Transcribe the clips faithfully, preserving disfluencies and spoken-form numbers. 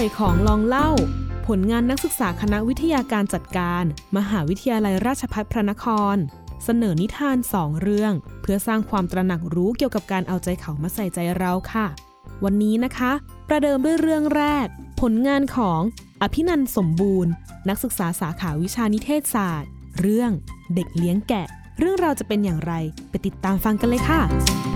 ของลองเล่าผลงานนักศึกษาคณะวิทยาการจัดการมหาวิทยาลัยราชภัฏพระนครเสนอนิทานสองเรื่องเพื่อสร้างความตระหนักรู้เกี่ยวกับการเอาใจเขามาใส่ใจเราค่ะวันนี้นะคะประเดิมด้วยเรื่องแรกผลงานของอภินันท์สมบูรณ์นักศึกษาสาขาวิชานิเทศศาสตร์เรื่องเด็กเลี้ยงแกะเรื่องราวจะเป็นอย่างไรไปติดตามฟังกันเลยค่ะ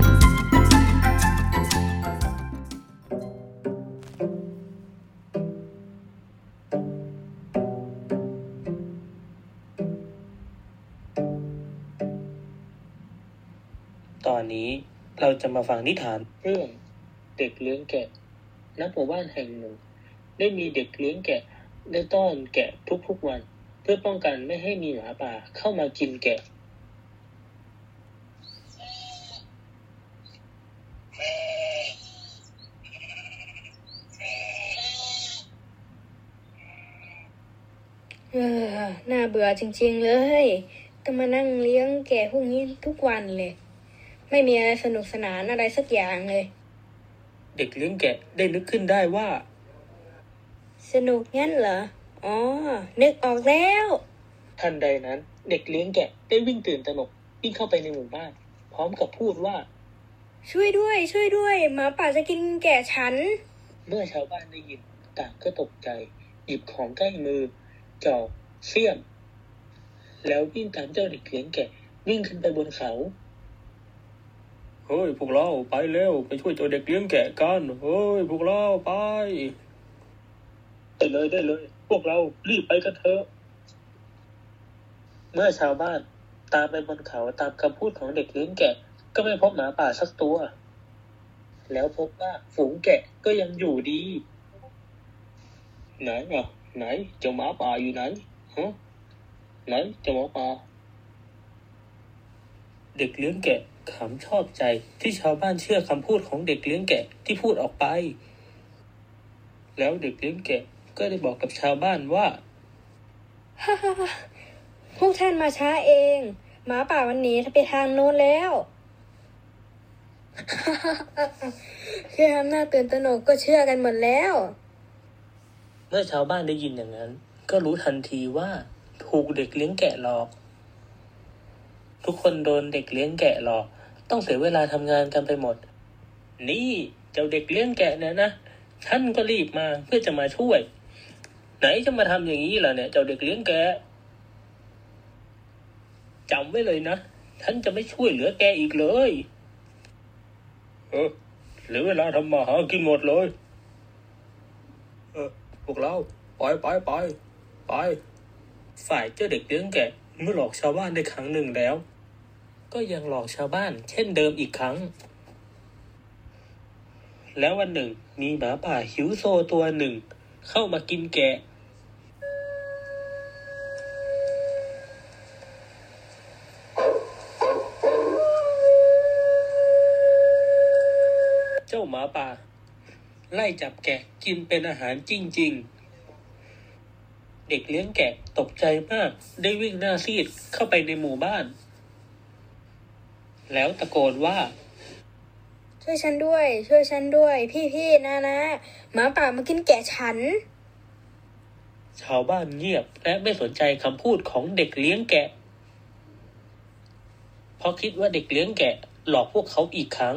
ตอนนี้เราจะมาฟังนิทานเรื่องเด็กเลี้ยงแกะณหมู่บ้านแห่งหนึ่งได้มีเด็กเลี้ยงแกะได้ต้อนแกะทุกๆวันเพื่อป้องกันไม่ให้มีหมาป่าเข้ามากินแกะเออน่าเบื่อจริงๆเลยต้องมานั่งเลี้ยงแกะพวกนี้ทุกวันเลยไม่มีอะไรสนุกสนานอะไรสักอย่างเลยเด็กเลี้ยงแกะได้นึกขึ้นได้ว่าสนุกงั้นเหรออ๋อนึกออกแล้วทันใดนั้นเด็กเลี้ยงแกะได้วิ่งตื่นตระหนกวิ่งเข้าไปในหมู่บ้านพร้อมกับพูดว่าช่วยด้วยช่วยด้วยหมาป่าจะกินแกะฉันเมื่อชาวบ้านได้ยินต่างก็ตกใจหยิบของใกล้มือจอบเสี้ยมแล้ววิ่งตามเจ้าเด็กเลี้ยงแกะวิ่งขึ้นไปบนเขาเฮ้ยพวกเราไปเร็วไปช่วยเจ้าเด็กเลี้ยงแกะกันเฮ้ยพวกเราไปได้เลยได้เลยพวกเรารีบไปกันเถอะเมื่อชาวบ้านตามไปบนเขาตามคำพูดของเด็กเลี้ยงแกะก็ไม่พบหมาป่าสักตัวแล้วพบว่าฝูงแกะก็ยังอยู่ดีไหนอ่ะไหนเจ้าหมาป่าอยู่ไหนฮะไหนเจ้าหมาป่าเด็กเลี้ยงแกะขำชอบใจที่ชาวบ้านเชื่อคำพูดของเด็กเลี้ยงแกะที่พูดออกไปแล้วเด็กเลี้ยงแกะก็ได้บอกกับชาวบ้านว่าฮ่าฮ่าพวกท่านมาช้าเองหมาป่าวันนี้ไปทางโน้นแล้วแค่ทำหน้าตื่นตระหนกก็เชื่อกันหมดแล้วเมื่อชาวบ้านได้ยินอย่างนั้นก็รู้ทันทีว่าถูกเด็กเลี้ยงแกะหลอกทุกคนโดนเด็กเลี้ยงแกะหลอกต้องเสียเวลาทำงานกันไปหมดนี่เจ้าเด็กเลี้ยงแกะเนี่ยนะฉันก็รีบมาเพื่อจะมาช่วยไหนจะมาทำอย่างนี้ล่ะเนี่ยเจ้าเด็กเลี้ยงแกะจำไว้เลยนะฉันจะไม่ช่วยเหลือแกอีกเลยเออเหลือเวลาทำมาหากินหมดเลยเออพวกเราไปไปไปไปฝ่ายเจ้าเด็กเลี้ยงแกะเมื่อหลอกชาวบ้านได้ครั้งหนึ่งแล้วก็ยังหลอกชาวบ้านเช่นเดิมอีกครั้งแล้ววันหนึ่งมีหมาป่าหิวโซตัวหนึ่งเข้ามากินแกะเจ้าหมาป่าไล่จับแกะกินเป็นอาหารจริงๆเด็กเลี้ยงแกะตกใจมากได้วิ่งหน้าซีดเข้าไปในหมู่บ้านแล้วตะโกนว่าช่วยฉันด้วยช่วยฉันด้วยพี่ๆนะนะหมาป่ามากินแกะฉันชาวบ้านเงียบและไม่สนใจคำพูดของเด็กเลี้ยงแกะเพราะคิดว่าเด็กเลี้ยงแกะหลอกพวกเขาอีกครั้ง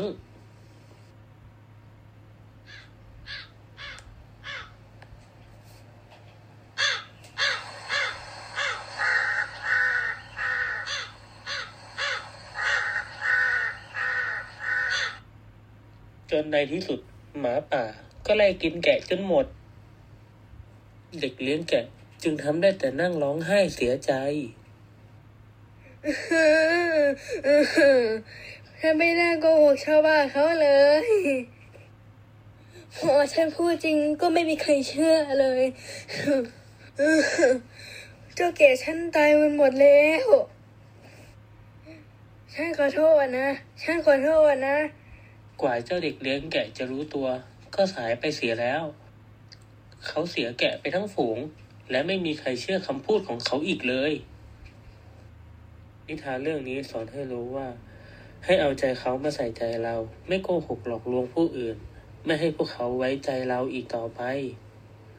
จนในที่สุดหมาป่าก็ไล่กินแกะจนหมดเด็กเลี้ยงแกะจึงทำได้แต่นั่งร้องไห้เสียใจฉันไม่น่าโกหกชาวบ้านเขาเลยพอฉันพูดจริงก็ไม่มีใครเชื่อเลยเจ้าแกะฉันตายมันหมดแล้วฉันขอโทษนะฉันขอโทษนะกว่าเจ้าเด็กเลี้ยงแกะจะรู้ตัวก็สายไปเสียแล้วเขาเสียแกะไปทั้งฝูงและไม่มีใครเชื่อคำพูดของเขาอีกเลยนิทานเรื่องนี้สอนให้รู้ว่าให้เอาใจเขามาใส่ใจเราไม่โกหกหลอกลวงผู้อื่นไม่ให้พวกเขาไว้ใจเราอีกต่อไป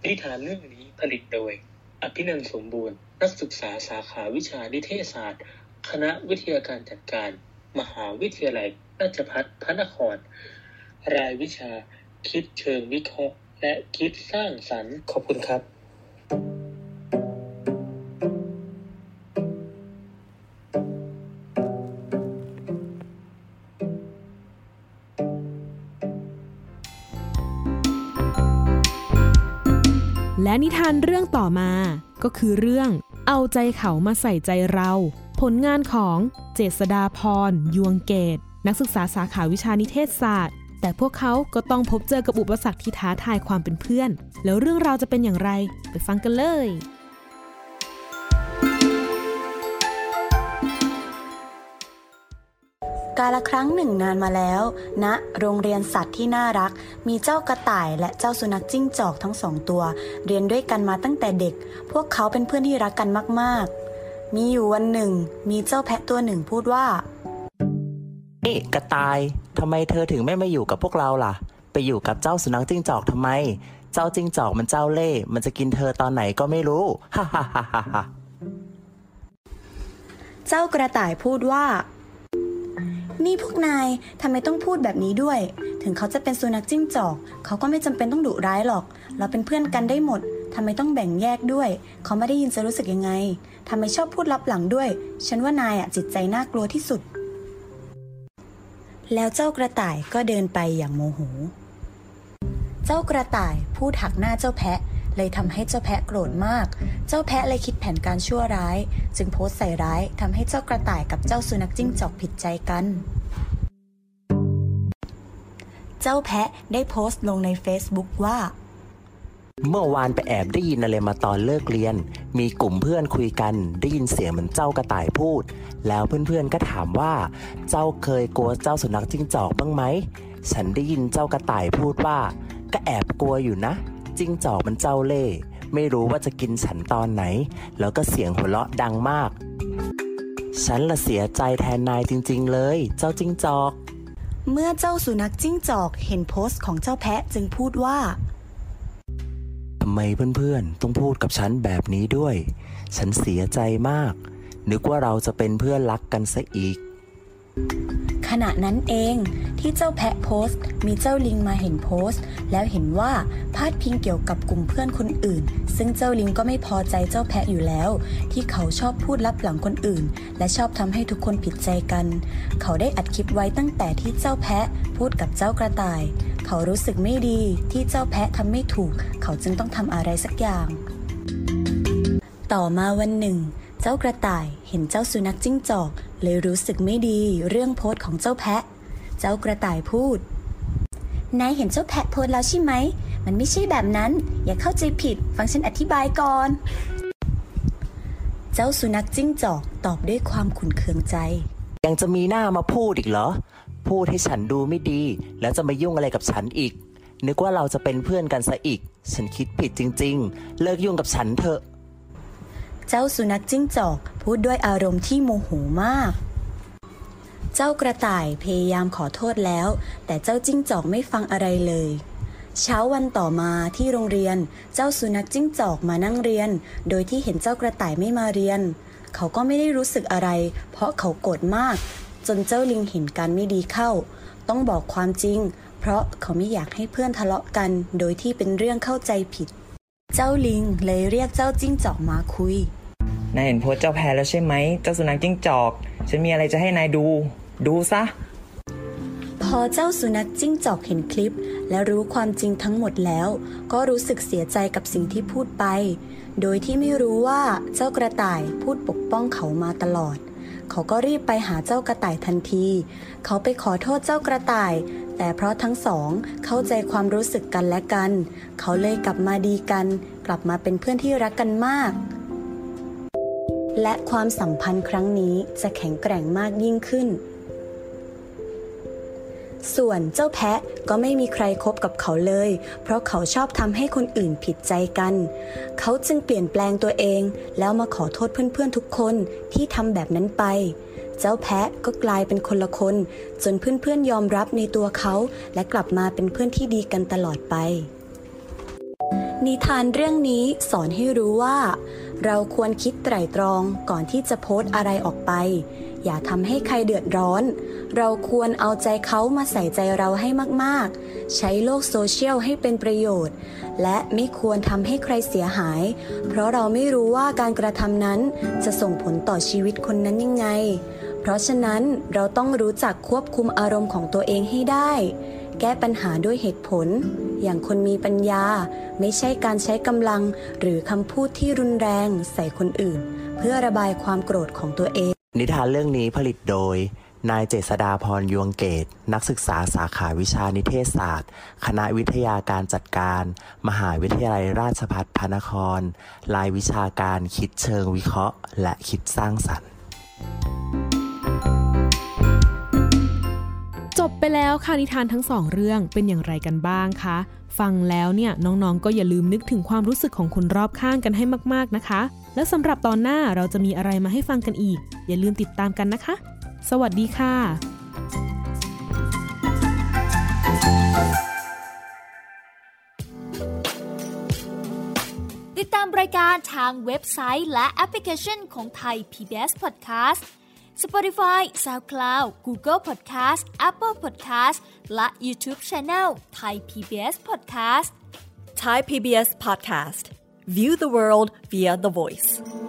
นิทานเรื่องนี้ผลิตโดยอภินันท์สมบูรณ์นักศึกษาสาขาวิชานิเทศศาสตร์คณะวิทยาการจัดการมหาวิทยาลัยราชภัฏพระนครรายวิชาคิดเชิงวิเคราะห์และคิดสร้างสรรค์ขอบคุณครับและนิทานเรื่องต่อมาก็คือเรื่องเอาใจเขามาใส่ใจเราผลงานของเจษฎาพรยวงเกตนักศึกษาสาขาวิชานิเทศศาสตร์แต่พวกเขาก็ต้องพบเจอกับอุปสรรคที่ท้าทายความเป็นเพื่อนแล้วเรื่องราวจะเป็นอย่างไรไปฟังกันเลยกาลครั้งหนึ่งนานมาแล้วณนะโรงเรียนสัตว์ที่น่ารักมีเจ้ากระต่ายและเจ้าสุนัขจิ้งจอกทั้งสองตัวเรียนด้วยกันมาตั้งแต่เด็กพวกเขาเป็นเพื่อนที่รักกันมากๆมีอยู่วันหนึ่งมีเจ้าแพะตัวหนึ่งพูดว่านี่กระต่ายทำไมเธอถึงไม่มาอยู่กับพวกเราล่ะไปอยู่กับเจ้าสุนัขจิ้งจอกทำไมเจ้าจิ้งจอกมันเจ้าเล่ห์มันจะกินเธอตอนไหนก็ไม่รู้ฮ่าฮ่าฮ่าฮ่าเจ้ากระต่ายพูดว่านี่พวกนายทำไมต้องพูดแบบนี้ด้วยถึงเขาจะเป็นสุนัขจิ้งจอกเขาก็ไม่จำเป็นต้องดุร้ายหรอกเราเป็นเพื่อนกันได้หมดทำไมต้องแบ่งแยกด้วยเขาไม่ได้ยินจะรู้สึกยังไงทำไมชอบพูดลับหลังด้วยฉันว่านายอ่ะจิตใจน่ากลัวที่สุดแล้วเจ้ากระต่ายก็เดินไปอย่างโมโหเจ้ากระต่ายพูดหักหน้าเจ้าแพะเลยทำให้เจ้าแพะโกรธมากเจ้าแพะเลยคิดแผนการชั่วร้ายจึงโพสต์ใส่ร้ายทำให้เจ้ากระต่ายกับเจ้าสุนัขจิ้งจอกผิดใจกันเจ้าแพะได้โพสต์ลงใน Facebook ว่าเมื่อวานไปแอบได้ยินอะไรมาตอนเลิกเรียนมีกลุ่มเพื่อนคุยกันได้ยินเสียงเหมือนเจ้ากระต่ายพูดแล้วเพื่อนๆก็ถามว่าเจ้าเคยกลัวเจ้าสุนัขจิ้งจอกบ้างไหมฉันได้ยินเจ้ากระต่ายพูดว่าก็แอบกลัวอยู่นะจิ้งจอกมันเจ้าเล่ห์ไม่รู้ว่าจะกินฉันตอนไหนแล้วก็เสียงหัวเราะดังมากฉันละเสียใจแทนนายจริงๆเลยเจ้าจิ้งจอกเมื่อเจ้าสุนัขจิ้งจอกเห็นโพสต์ของเจ้าแพะจึงพูดว่าทำไมเพื่อนๆต้องพูดกับฉันแบบนี้ด้วยฉันเสียใจมากนึกว่าเราจะเป็นเพื่อนรักกันซะอีกขณะนั้นเองที่เจ้าแพะโพสต์มีเจ้าลิงมาเห็นโพสต์แล้วเห็นว่าพาดพิงเกี่ยวกับกลุ่มเพื่อนคนอื่นซึ่งเจ้าลิงก็ไม่พอใจเจ้าแพะอยู่แล้วที่เขาชอบพูดลับหลังคนอื่นและชอบทำให้ทุกคนผิดใจกันเขาได้อัดคลิปไว้ตั้งแต่ที่เจ้าแพะพูดกับเจ้ากระต่ายเขารู้สึกไม่ดีที่เจ้าแพะทำไม่ถูกเขาจึงต้องทำอะไรสักอย่างต่อมาวันหนึ่งเจ้ากระต่ายเห็นเจ้าสุนัขจิ้งจอกเลยรู้สึกไม่ดีเรื่องโพสต์ของเจ้าแพะเจ้ากระต่ายพูดนายเห็นเจ้าแพะโพสต์แล้วใช่ไหมมันไม่ใช่แบบนั้นอย่าเข้าใจผิดฟังฉันอธิบายก่อนเจ้าสุนัขจิ้งจอกตอบด้วยความขุ่นเคืองใจยังจะมีหน้ามาพูดอีกเหรอพูดให้ฉันดูไม่ดีแล้วจะมายุ่งอะไรกับฉันอีกนึกว่าเราจะเป็นเพื่อนกันซะอีกฉันคิดผิดจริงๆเลิกยุ่งกับฉันเถอะเจ้าสุนัขจิ้งจอกพูดด้วยอารมณ์ที่โมโหมากเจ้ากระต่ายพยายามขอโทษแล้วแต่เจ้าจิ้งจอกไม่ฟังอะไรเลยเช้าวันต่อมาที่โรงเรียนเจ้าสุนัขจิ้งจอกมานั่งเรียนโดยที่เห็นเจ้ากระต่ายไม่มาเรียนเขาก็ไม่ได้รู้สึกอะไรเพราะเขาโกรธมากจนเจ้าลิงเห็นการไม่ดีเข้าต้องบอกความจริงเพราะเขาไม่อยากให้เพื่อนทะเลาะกันโดยที่เป็นเรื่องเข้าใจผิดเจ้าลิงเลยเรียกเจ้าจิ้งจอกมาคุยนายเห็นโพสต์เจ้าแพะแล้วใช่ไหมเจ้าสุนัขจิ้งจอกฉันมีอะไรจะให้นายดูดูซะพอเจ้าสุนัขจิ้งจอกเห็นคลิปและรู้ความจริงทั้งหมดแล้วก็รู้สึกเสียใจกับสิ่งที่พูดไปโดยที่ไม่รู้ว่าเจ้ากระต่ายพูดปกป้องเขามาตลอดเขาก็รีบไปหาเจ้ากระต่ายทันทีเขาไปขอโทษเจ้ากระต่ายแต่เพราะทั้งสองเข้าใจความรู้สึกกันและกันเขาเลยกลับมาดีกันกลับมาเป็นเพื่อนที่รักกันมากและความสัมพันธ์ครั้งนี้จะแข็งแกร่งมากยิ่งขึ้นส่วนเจ้าแพะก็ไม่มีใครคบกับเขาเลยเพราะเขาชอบทำให้คนอื่นผิดใจกันเขาจึงเปลี่ยนแปลงตัวเองแล้วมาขอโทษเพื่อนๆทุกคนที่ทำแบบนั้นไปเจ้าแพะก็กลายเป็นคนละคนจนเพื่อนๆยอมรับในตัวเขาและกลับมาเป็นเพื่อนที่ดีกันตลอดไปนิทานเรื่องนี้สอนให้รู้ว่าเราควรคิดไตร่ตรองก่อนที่จะโพสต์อะไรออกไปอย่าทำให้ใครเดือดร้อนเราควรเอาใจเขามาใส่ใจเราให้มากๆใช้โลกโซเชียลให้เป็นประโยชน์และไม่ควรทำให้ใครเสียหายเพราะเราไม่รู้ว่าการกระทำนั้นจะส่งผลต่อชีวิตคนนั้นยังไงเพราะฉะนั้นเราต้องรู้จักควบคุมอารมณ์ของตัวเองให้ได้แก้ปัญหาด้วยเหตุผลอย่างคนมีปัญญาไม่ใช่การใช้กำลังหรือคำพูดที่รุนแรงใส่คนอื่นเพื่อระบายความโกรธของตัวเองนิทานเรื่องนี้ผลิตโดยนายเจษฎาพรยวงเกตนักศึกษาสาขาวิชานิเทศศาสตร์คณะวิทยาการจัดการมหาวิทยาลัยราชภัฏพระนครรายวิชาการคิดเชิงวิเคราะห์และคิดสร้างสรรค์จบไปแล้วค่ะนิทานทั้งสองเรื่องเป็นอย่างไรกันบ้างคะฟังแล้วเนี่ยน้องๆก็อย่าลืมนึกถึงความรู้สึกของคนรอบข้างกันให้มากๆนะคะและสำหรับตอนหน้าเราจะมีอะไรมาให้ฟังกันอีกอย่าลืมติดตามกันนะคะสวัสดีค่ะติดตามรายการทางเว็บไซต์และแอปพลิเคชันของไทย พี บี เอส Podcast Spotify, SoundCloud, Google Podcast, Apple Podcast และ YouTube Channel Thai พี บี เอส Podcast Thai พี บี เอส Podcast View the world via the voice